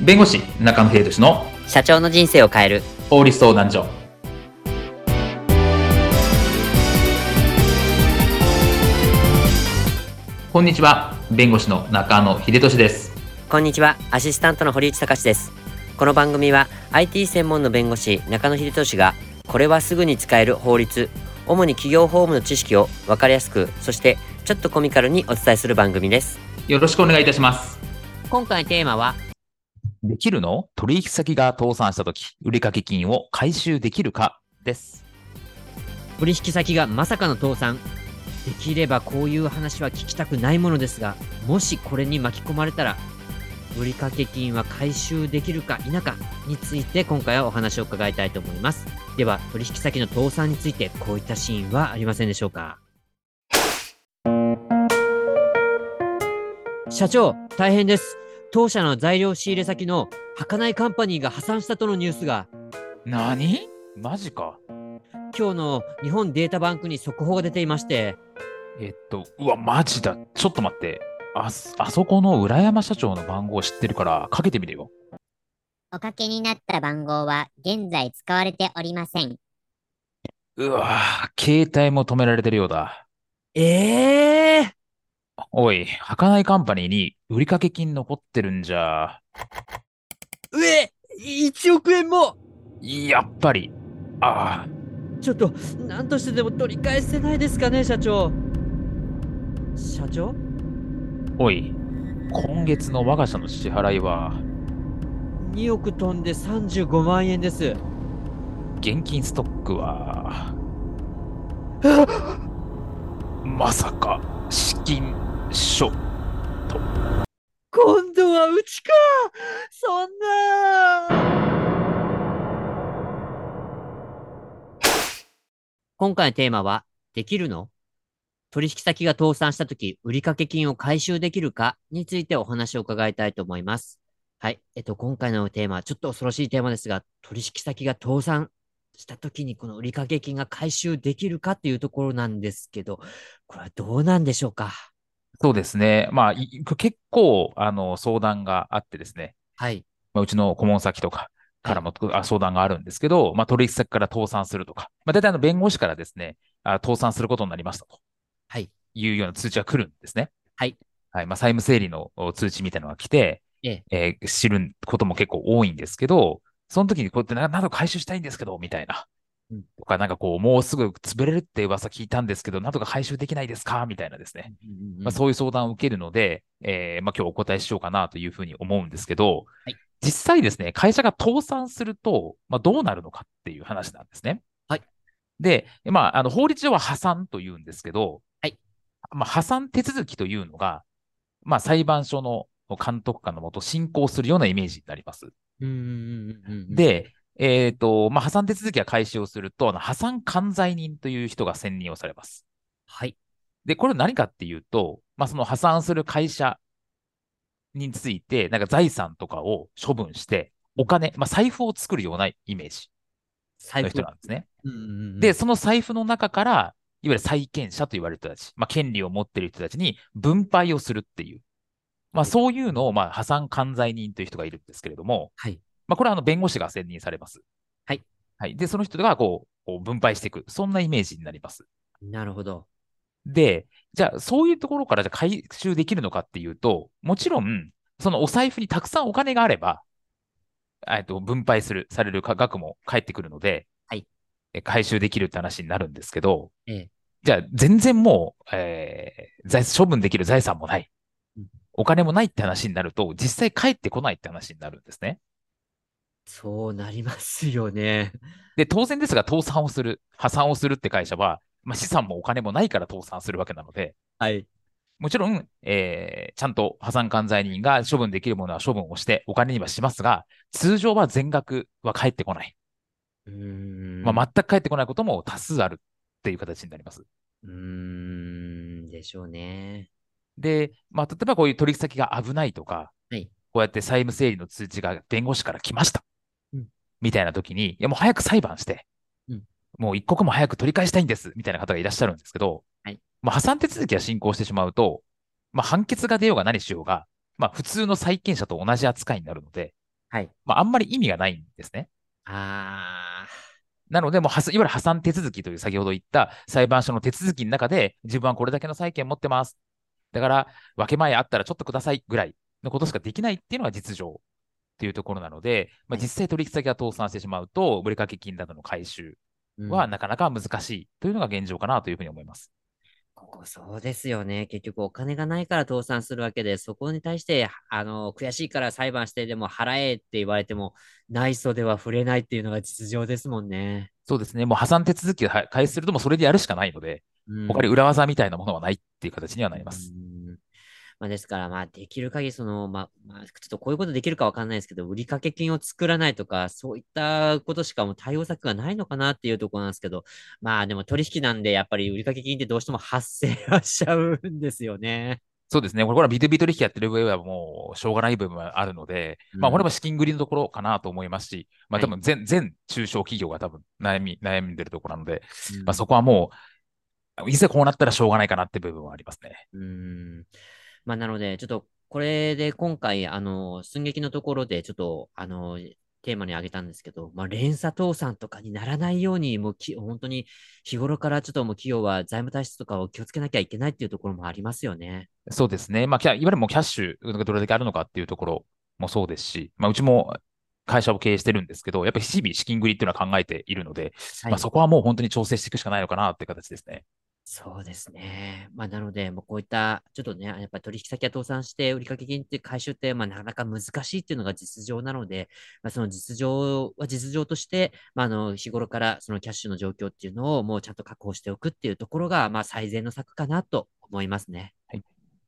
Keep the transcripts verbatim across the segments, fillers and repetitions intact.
弁護士中野秀俊の社長の人生を変える法律相談所。こんにちは、弁護士の中野秀俊です。 こんにちは、アシスタントの堀内隆です。この番組は アイティー 専門の弁護士中野秀俊がこれはすぐに使える法律、主に企業法務の知識を分かりやすく、そしてちょっとコミカルにお伝えする番組です。 よろしくお願いいたします。 今回のテーマは、 できるの？取引先が倒産したとき、売掛金を回収できるかです。 取引先がまさかの倒産。できればこういう話は聞きたくないものですが、もしこれに巻き込まれたら売掛金は回収できるか否かについて今回はお話を伺いたいと思います。では取引先の倒産についてこういったシーンはありませんでしょうか？社長、大変です。当社の材料仕入れ先の儚いカンパニーが破産したとのニュースが。 何？マジか。 今日の日本データバンクに速報が出ていまして。 えっとうわマジだ。ちょっと待って、あ, あそこの浦山社長の番号知ってるからかけてみるよ。 おかけになった番号は現在使われておりません。 うわ携帯も止められてるようだ。 ええーおい、儚いカンパニーに売掛金残ってるんじゃ。 うえ、いちおくえんも。 やっぱり。ああ。 ちょっと、何としてでも取り返せないですかね、社長。社長？ おい、今月の我が社の支払いはにおく飛んでさんじゅうごまんえんです。 現金ストックはまさか資金書と。 今度はうちか。そんな。今回のテーマは、できるの？取引先が倒産したとき、売掛金を回収できるかについてお話を伺いたいと思います。はい。えっと、今回のテーマはちょっと恐ろしいテーマですが、取引先が倒産したときにこの売掛金が回収できるかっていうところなんですけど、これはどうなんでしょうか？ そうですね。まあ、い結構、あの、相談があってですね。 はい。 まあ、うちの顧問先とかからも、はい、あ相談があるんですけど、まあ、取引先から倒産するとか、まあ、大体あの弁護士からですね、あ倒産することになりましたと。はい。いうような通知が来るんですね。 はい。 はい。まあ、債務整理の通知みたいなのが来て、えええー、知ることも結構多いんですけど、その時にこうやってな、なんとか回収したいんですけど、みたいな。うん、とか、なんかこう、もうすぐ潰れるって噂聞いたんですけど、なんとか回収できないですかみたいなですね。うんうんうん、まあ、そういう相談を受けるので、えー、まあ今日お答えしようかなというふうに思うんですけど、はい、実際ですね、会社が倒産すると、まあ、どうなるのかっていう話なんですね。はい。で、まあ、あの法律上は破産というんですけど、はい。まあ、破産手続きというのが、まあ、裁判所の監督下のもと進行するようなイメージになります。うんうんうんうん、で、えっと、まあ、破産手続きが開始をすると、あの破産管財人という人が選任をされます。はい。で、これ何かっていうと、まあ、その破産する会社について、なんか財産とかを処分して、お金、まあ、財布を作るようなイメージの人なんですね。うんうんうん、で、その財布の中から、いわゆる債権者と言われる人たち、まあ、権利を持っている人たちに分配をするっていう、まあ、そういうのを、まあ、破産管財人という人がいるんですけれども、はい。まあ、これはあの弁護士が選任されます。はい。はい。で、その人がこう、こう分配していく、そんなイメージになります。なるほど。で、じゃあ、そういうところからじゃ回収できるのかっていうと、もちろん、そのお財布にたくさんお金があれば、えっと、分配する、される額も返ってくるので、はい。回収できるって話になるんですけど、ええ、じゃあ、全然もう、えー、財処分できる財産もない。お金もないって話になると、実際返ってこないって話になるんですね。そうなりますよね。で、当然ですが、倒産をする、破産をするって会社は、まあ、資産もお金もないから倒産するわけなので、はい。もちろん、えー、ちゃんと破産管財人が処分できるものは処分をしてお金にはしますが、通常は全額は返ってこない。うーん。まあ、全く返ってこないことも多数あるっていう形になります。うーん、でしょうね。で、まあ、例えばこういう取引先が危ないとか、はい、こうやって債務整理の通知が弁護士から来ました。うん、みたいな時に、いやもう早く裁判して、うん、もう一刻も早く取り返したいんです、みたいな方がいらっしゃるんですけど、はい、まあ、破産手続きが進行してしまうと、まあ、判決が出ようが何しようが、まあ、普通の債権者と同じ扱いになるので、 はい。 まあ、あんまり意味がないんですね。 あなので、もうはすいわゆる破産手続きという先ほど言った裁判所の手続きの中で、自分はこれだけの債権持ってます。だから、分け前あったらちょっとくださいぐらいのことしかできないっていうのが実情っていうところなので、まあ、 はい。 実際取引先が倒産してしまうと、売掛金などの回収はうん。 なかなか難しいというのが現状かなというふうに思います。 ここそうですよね。結局お金がないから倒産するわけで、そこに対して、あの、悔しいから裁判してでも払えって言われても、ない袖は触れないっていうのが実情ですもんね。 そうですね。もう破産手続きをは開始するともうそれでやるしかないので、 うん。 他に裏技みたいなものはないっていう形にはなうります。 ん。まあ、ですから、まあ、できる限り、その、まあ、まあ、ちょっとこういうことできるかわかんないですけど、売掛金を作らないとか、そういったことしかもう対応策がないのかなっていうところなんですけど、まあ、でも取引なんで、やっぱり売掛金ってどうしても発生はしちゃうんですよね。 そうですね。これは ビーツービー 取引やってる上はもうしょうがない部分はあるので、まあこれうん。 も資金繰りのところかなと思いますし、まあはい。 多分全、全中小企業が多分悩み、悩んでるところなので、まあそうん。 こはもう、いざこうなったらしょうがないかなって部分はありますね。 うん。まあ、なので、ちょっと、これで今回、あの、寸劇のところで、ちょっと、あの、テーマに挙げたんですけど、まあ、連鎖倒産とかにならないように、もうき、本当に日頃からちょっともう企業は財務体質とかを気をつけなきゃいけないっていうところもありますよね。 そうですね。まあ、キャいわゆるもうキャッシュがどれだけあるのかっていうところもそうですし、まあうちも会社を経営してるんですけど、やっぱり日々資金繰りっていうのは考えているので、 はい。 まあそこはもう本当に調整していくしかないのかなっていう形ですね。 そうですね。まあ、なので、もうこういった、ちょっとね、やっぱり取引先が倒産して、売掛金って回収って、まあ、なかなか難しいっていうのが実情なので、まあ、その実情は実情として、まあ、あの、日頃からそのキャッシュの状況っていうのをもうちゃんと確保しておくっていうところが、まあ、最善の策かなと思いますね。 はい。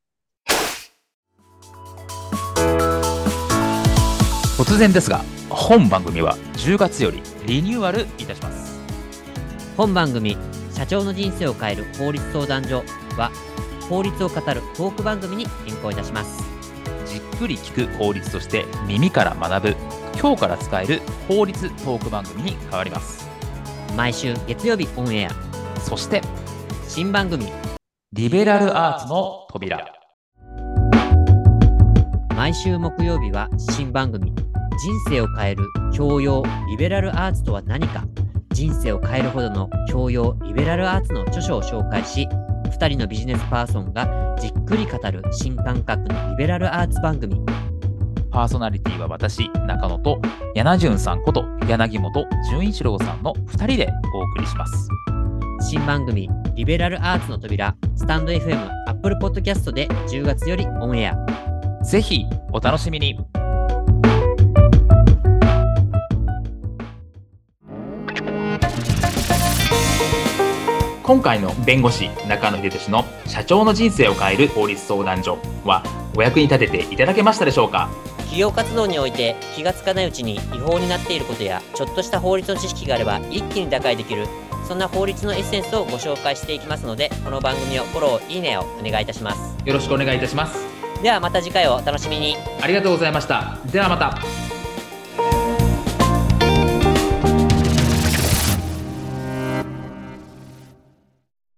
突然ですが、本番組はじゅうがつよりリニューアルいたします。 本番組、社長の人生を変える法律相談所は、法律を語るトーク番組に変更いたします。 じっくり聞く法律として耳から学ぶ、今日から使える法律トーク番組に変わります。 毎週月曜日オンエア。 そして新番組、 リベラルアーツの扉。 毎週木曜日は新番組、人生を変える教養リベラルアーツとは何か。人生を変えるほどの教養リベラルアーツの著書を紹介し、ふたりのビジネスパーソンがじっくり語る新感覚のリベラルアーツ番組。 パーソナリティは私、中野と柳潤さんこと柳本純一郎さんのふたりでお送りします。 新番組リベラルアーツの扉、スタンド エフエム、Apple Podcast でじゅうがつよりオンエア。 ぜひお楽しみに。今回の弁護士中野秀俊の社長の人生を変える法律相談所はお役に立てていただけましたでしょうか。 企業活動において気がつかないうちに違法になっていることや、ちょっとした法律の知識があれば一気に打開できる、そんな法律のエッセンスをご紹介していきますので、この番組をフォロー、いいねをお願いいたします。 よろしくお願いいたします。 ではまた次回をお楽しみに。 ありがとうございました。ではまた。